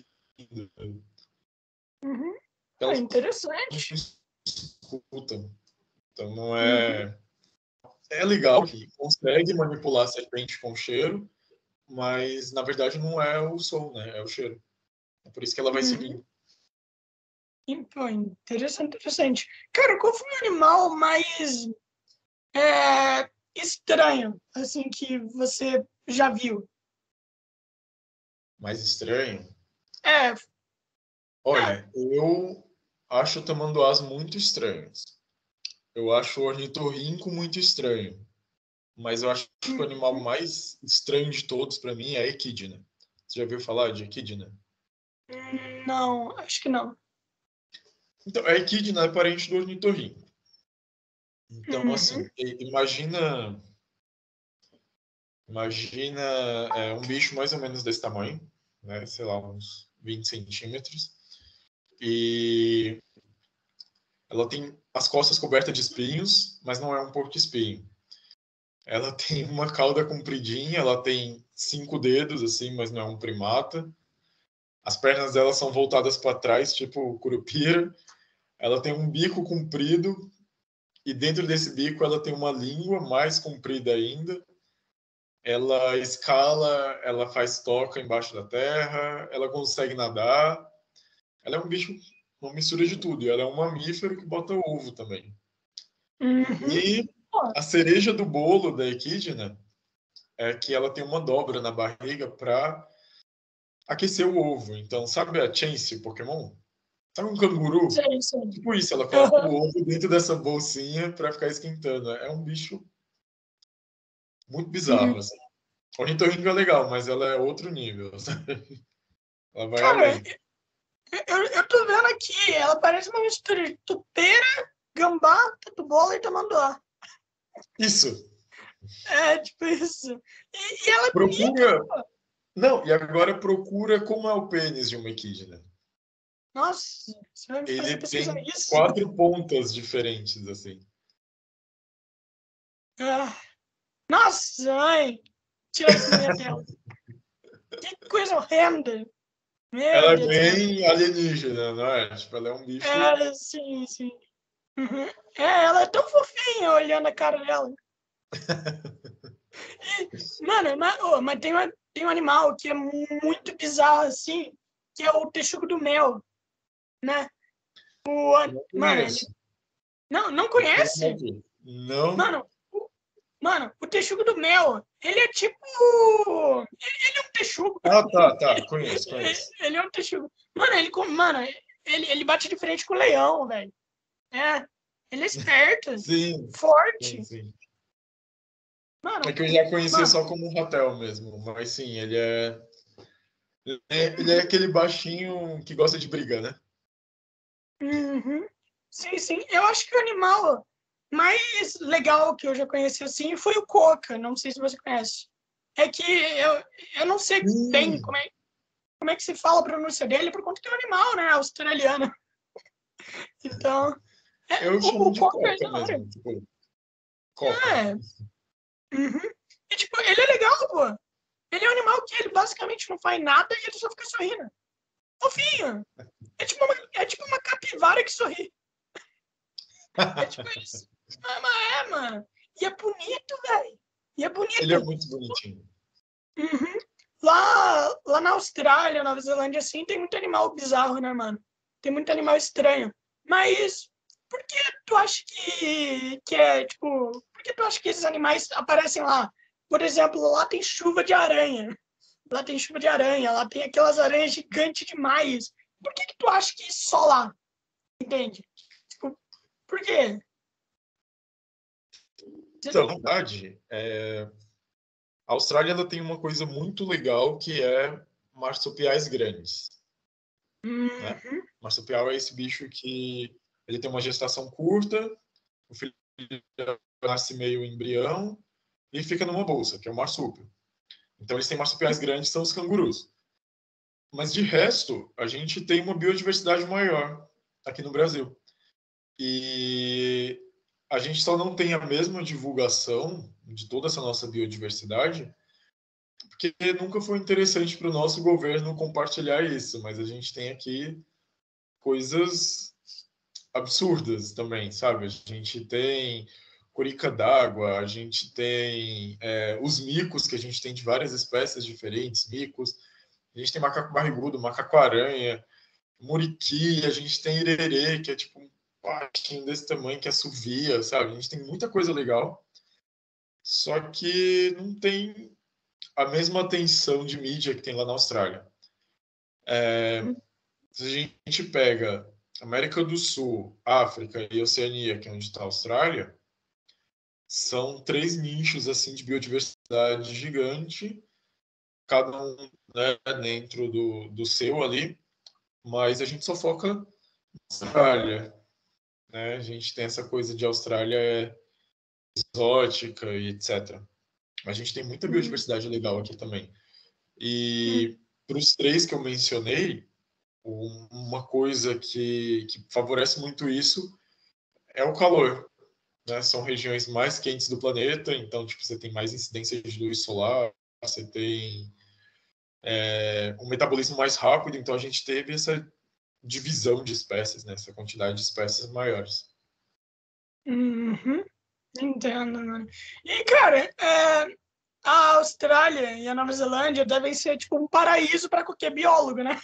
uhum. Ah, Elas não interessante. escutam. Então não Uhum, é. É legal que consegue manipular a serpente com o cheiro, mas na verdade não é o som, né? É o cheiro. É por isso que ela vai uhum. seguindo. Então, interessante, interessante. Cara, qual foi o animal mais é, estranho, assim, que você já viu? Mais estranho. É, é. Olha, eu acho tamanduás muito estranhos. Eu acho o ornitorrinco muito estranho. Mas eu acho que o animal Uhum. mais estranho de todos para mim é a equidna. Você já ouviu falar de equidna? Hum, Não, acho que não. Então, a equidna é parente do ornitorrinco. Então, Uhum, assim, imagina, imagina é, um bicho mais ou menos desse tamanho, né? Sei lá, uns vinte centímetros. E ela tem as costas cobertas de espinhos, mas não é um porco-espinho. Ela tem uma cauda compridinha, ela tem cinco dedos, assim, mas não é um primata. As pernas dela são voltadas para trás, tipo curupira. Ela tem um bico comprido e dentro desse bico ela tem uma língua mais comprida ainda. Ela escala, ela faz toca embaixo da terra, ela consegue nadar. Ela é um bicho, uma mistura de tudo. E ela é um mamífero que bota ovo também. Uhum. E a cereja do bolo da equidna é que ela tem uma dobra na barriga para aquecer o ovo. Então, sabe a Chance Pokémon? Sabe um canguru? Sei, sei. Tipo isso, ela coloca Uhum. o ovo dentro dessa bolsinha para ficar esquentando. É um bicho muito bizarro, Uhum. assim. Ornitorrinco é legal, mas ela é outro nível. Ela vai Cara, além. eu, eu tô vendo aqui, ela parece uma mistura de tupeira, gambá, tatu-bola e tamanduá. Isso. É, tipo isso. E, e ela é bonita, Procura. pô. Não, e agora procura como é o pênis de uma equidna. Nossa, você vai me fazer Ele pesquisar tem isso? quatro pontas diferentes, assim. Ah, nossa, ai. Tira isso da minha tela. Que coisa horrenda. Meu Ela é Deus do céu. bem alienígena, não é? Tipo, ela é um bicho. É, sim, sim. Uhum. É, ela é tão fofinha olhando a cara dela. E, mano, mas, oh, mas tem, uma, tem um animal que é muito bizarro, assim, que é o texugo do mel, né? O, Não mano, ele... conheço. Não, não Deixa eu ver conhece? aqui. Não. Mano, o, mano, o texugo do mel, ele é tipo... Ele é um texugo. Ah, tá, tá. Conheço, Ele, conheço. ele é um texugo. Mano, ele, mano, ele, ele bate de frente com o leão, velho. É, ele é esperto, Sim, sim, forte. sim. É Mano, que eu já conhecia mano, só como um hotel mesmo, mas sim, ele é... ele é. Ele é aquele baixinho que gosta de briga, né? uhum. Sim, sim. Eu acho que o animal mais legal que eu já conheci assim foi o Coca. Não sei se você conhece. É que eu, eu não sei bem Sim, como é, como é que se fala a pronúncia dele, por conta que é um animal, né? Australiano. Então, é, eu o, chamo o de Coca é coca da hora. mesmo, tipo, coca. É. Uhum. E, tipo, ele é legal, pô. Ele é um animal que ele basicamente não faz nada e ele só fica sorrindo. Fofinho. É tipo uma, é tipo uma capivara que sorri. É tipo isso. Ah, mas é, mano. E é bonito, velho. E é Ele é bonito. muito bonitinho. Uhum. Lá, lá na Austrália, Nova Zelândia, assim, tem muito animal bizarro, né, mano? Tem muito animal estranho. Mas por que tu acha que, que é, tipo... Por que tu acha que esses animais aparecem lá? Por exemplo, lá tem chuva de aranha. Lá tem chuva de aranha. Lá tem aquelas aranhas gigantes demais. Por que que tu acha que só lá? Entende? Tipo, por quê? Então, na verdade, é, a Austrália ela tem uma coisa muito legal que é marsupiais grandes, né? Uhum. Marsupial é esse bicho que ele tem uma gestação curta, o filho nasce meio embrião e fica numa bolsa, que é o marsúpio. Então eles têm marsupiais grandes, são os cangurus. Mas de resto, a gente tem uma biodiversidade maior aqui no Brasil. E a gente só não tem a mesma divulgação de toda essa nossa biodiversidade, porque nunca foi interessante para o nosso governo compartilhar isso, mas a gente tem aqui coisas absurdas também, sabe? A gente tem curica d'água, a gente tem é, os micos, que a gente tem de várias espécies diferentes, micos, a gente tem macaco barrigudo, macaco-aranha, muriqui, a gente tem irerê, que é tipo um patinho desse tamanho, que assovia, sabe? A gente tem muita coisa legal, só que não tem a mesma atenção de mídia que tem lá na Austrália. É, se a gente pega América do Sul, África e Oceania, que é onde está a Austrália, são três nichos assim de biodiversidade gigante, cada um, né, dentro do, do seu ali, mas a gente só foca na Austrália, né? A gente tem essa coisa de Austrália é exótica e etcétera. A gente tem muita Uhum. biodiversidade legal aqui também. E para os três que eu mencionei, uma coisa que, que favorece muito isso é o calor, né? São regiões mais quentes do planeta, então tipo, você tem mais incidência de luz solar, você tem é, um metabolismo mais rápido, então a gente teve essa divisão de espécies, né? Essa quantidade de espécies maiores. Uhum. Entendo, mano. E, cara, é, a Austrália e a Nova Zelândia devem ser, tipo, um paraíso para qualquer biólogo, né?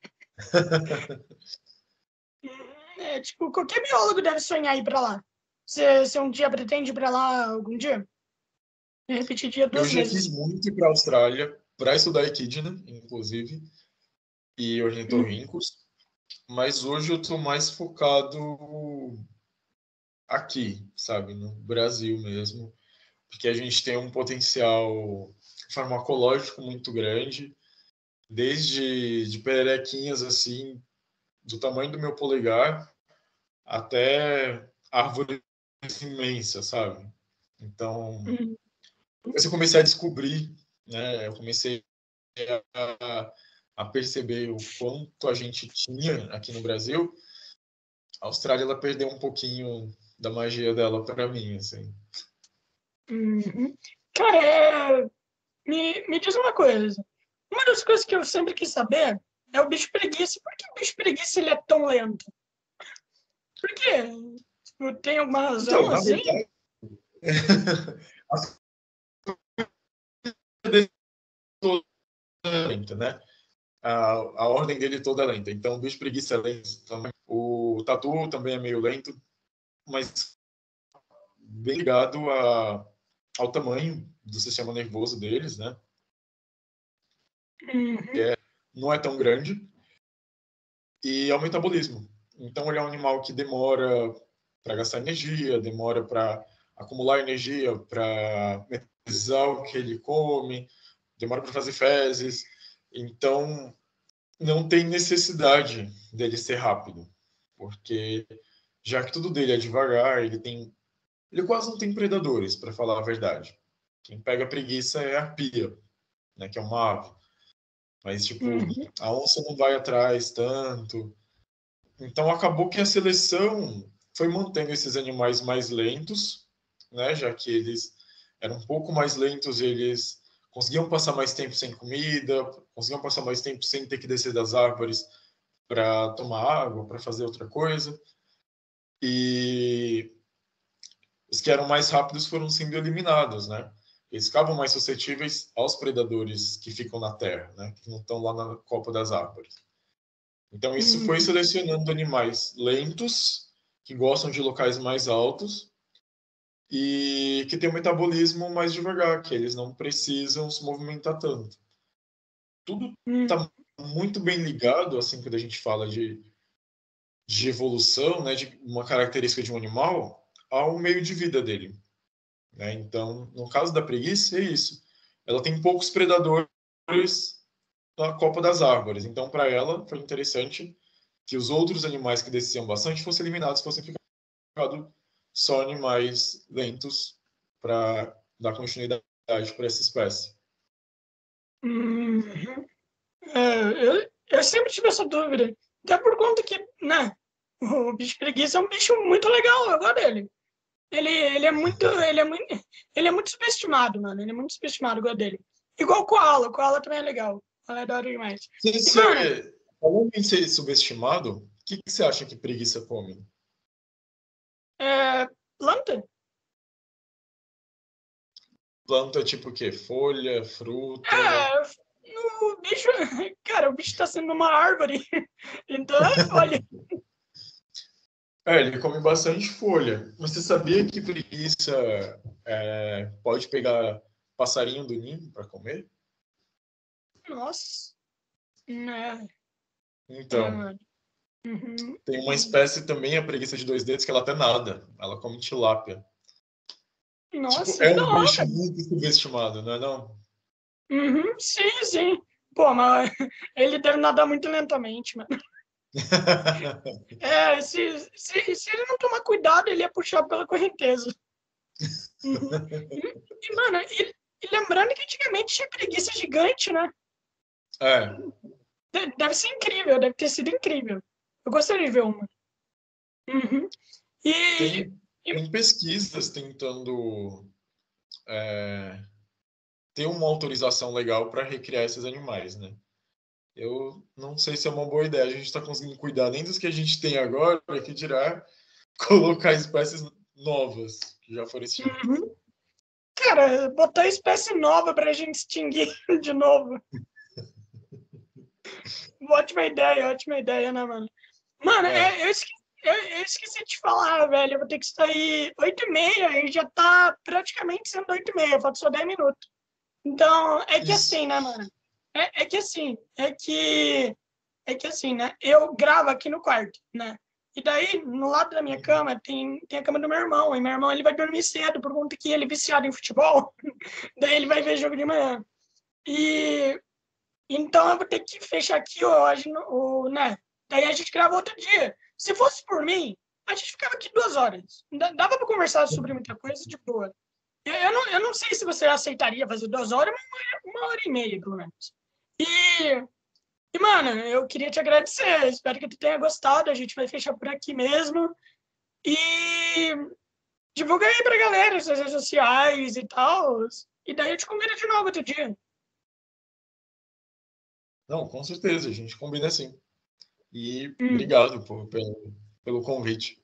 É, tipo, qualquer biólogo deve sonhar ir para lá. Você, você um dia pretende ir para lá algum dia? Eu repetiria Eu duas já quis vezes. muito ir para a Austrália para estudar equidna, inclusive, e ornitorrincos, mas hoje eu estou mais focado aqui, sabe, no Brasil mesmo, porque a gente tem um potencial farmacológico muito grande, desde de pererequinhas assim, do tamanho do meu polegar, até árvores imensas, sabe? Então, Uhum. depois eu comecei a descobrir, né? Eu comecei a, a perceber o quanto a gente tinha aqui no Brasil. A Austrália ela perdeu um pouquinho da magia dela para mim, assim. Uhum. Cara, é, me, me diz uma coisa. Uma das coisas que eu sempre quis saber é o bicho preguiça. Por que o bicho preguiça ele é tão lento? Por quê? Tipo, tem alguma Então, razão na assim? verdade, a dele toda é lenta, né? A, a ordem dele toda é lenta. Então, o bicho preguiça é lento também. O tatu também é meio lento, mas bem ligado a, ao tamanho do sistema nervoso deles, né? Uhum. Não é tão grande, e ao metabolismo. Então, ele é um animal que demora para gastar energia, demora para acumular energia, para metabolizar o que ele come, demora para fazer fezes. Então, não tem necessidade dele ser rápido, porque já que tudo dele é devagar, ele tem, ele quase não tem predadores, para falar a verdade. Quem pega preguiça é a arpia, né, que é uma ave. Mas tipo, Uhum. a onça não vai atrás tanto. Então acabou que a seleção foi mantendo esses animais mais lentos, né, já que eles eram um pouco mais lentos, eles conseguiam passar mais tempo sem comida, conseguiam passar mais tempo sem ter que descer das árvores para tomar água, para fazer outra coisa. E os que eram mais rápidos foram sendo eliminados, né? Eles ficavam mais suscetíveis aos predadores que ficam na terra, né? Que não estão lá na copa das árvores. Então isso foi Uhum. selecionando animais lentos, que gostam de locais mais altos e que têm um metabolismo mais devagar, que eles não precisam se movimentar tanto. Tudo Uhum. está muito bem ligado, assim, quando a gente fala de, de evolução, né, de uma característica de um animal, ao meio de vida dele. Né? Então, no caso da preguiça, é isso. Ela tem poucos predadores na copa das árvores. Então, para ela, foi interessante que os outros animais que desciam bastante fossem eliminados, fossem ficado só animais lentos para dar continuidade para essa espécie. Uhum. É, eu, eu sempre tive essa dúvida. Até por conta que, né, o bicho preguiça é um bicho muito legal, eu gosto dele. Ele, ele é muito, ele é muito, ele é muito subestimado, mano. Ele é muito subestimado, eu gosto dele. Igual o Koala, o Koala também é legal. Eu adoro demais. Se E, mano, você, falando em ser subestimado, o que, que você acha que preguiça come? é, planta? Planta tipo o quê? Folha, fruta? É, o bicho, cara, o bicho tá sendo uma árvore. Então, olha, É, ele come bastante folha. Mas você sabia que preguiça é, pode pegar passarinho do ninho para comer? nossa. É, é, Então, mano. Uhum. tem uma espécie também, a preguiça de dois dedos, que ela até nada. Ela come tilápia. Tipo, Nossa, é que da um bicho hora. muito subestimado, não é não? Uhum, sim, sim. Pô, mas ele deve nadar muito lentamente, mano. É, se, se, se ele não tomar cuidado, ele ia puxar pela correnteza. Uhum. E, e, mano, e, e lembrando que antigamente tinha preguiça gigante, né? É, De- Deve ser incrível, deve ter sido incrível. Eu gostaria de ver uma. Uhum. E, tem. em pesquisas tentando é, ter uma autorização legal para recriar esses animais, né? Eu não sei se é uma boa ideia. A gente está conseguindo cuidar nem dos que a gente tem agora, que dirá colocar espécies novas que já foram extintas. Uhum. Cara, botar espécie nova pra gente extinguir de novo. Ótima ideia, ótima ideia, né, mano? Mano, é. eu, esqueci, eu, eu esqueci de te falar, velho. Eu vou ter que sair oito e meia e já tá praticamente sendo oito e meia, falta só dez minutos. Então, é que Isso. assim, né, mano? É, é que assim, é que. É que assim, né? Eu gravo aqui no quarto, né? E daí, no lado da minha cama, tem, tem a cama do meu irmão. E meu irmão, ele vai dormir cedo, por conta que ele é viciado em futebol. Daí ele vai ver jogo de manhã. E então eu vou ter que fechar aqui hoje, o, né? Daí a gente grava outro dia. Se fosse por mim, a gente ficava aqui duas horas. Dava para conversar sobre muita coisa de boa. Eu, eu, não, eu não sei se você aceitaria fazer duas horas, mas uma, uma hora e meia, pelo menos. E, e, mano, eu queria te agradecer. Espero que tu tenha gostado. A gente vai fechar por aqui mesmo. E divulga aí pra galera as redes sociais e tal. E daí eu te convido de novo outro dia. Não, com certeza, a gente combina assim. E Hum. obrigado por, pelo, pelo convite.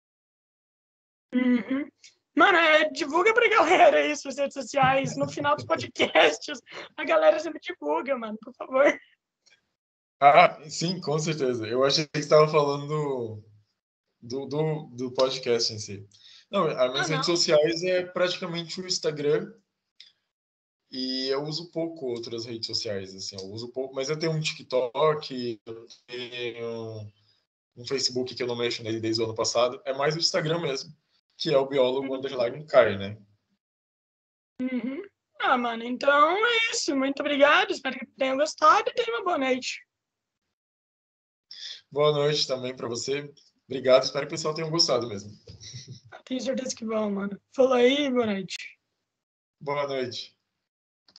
Uhum. Mano, é, divulga pra galera aí suas redes sociais. No final dos podcasts, a galera sempre divulga, mano, por favor. Ah, sim, com certeza. Eu achei que você estava falando do, do, do podcast em si. Não, as minhas Ah, redes não. sociais é praticamente o Instagram e eu uso pouco outras redes sociais, assim, eu uso pouco, mas eu tenho um TikTok, eu tenho um Facebook que eu não mexo nele desde o ano passado, é mais o Instagram mesmo, que é o biólogo underline Kai, né? Uhum. Ah, mano, então é isso. Muito obrigado. Espero que tenham gostado e tenham uma boa noite. Boa noite também para você. Obrigado, espero que o pessoal tenha gostado mesmo. Tenho certeza que vão, mano. Falou aí, boa noite. Boa noite.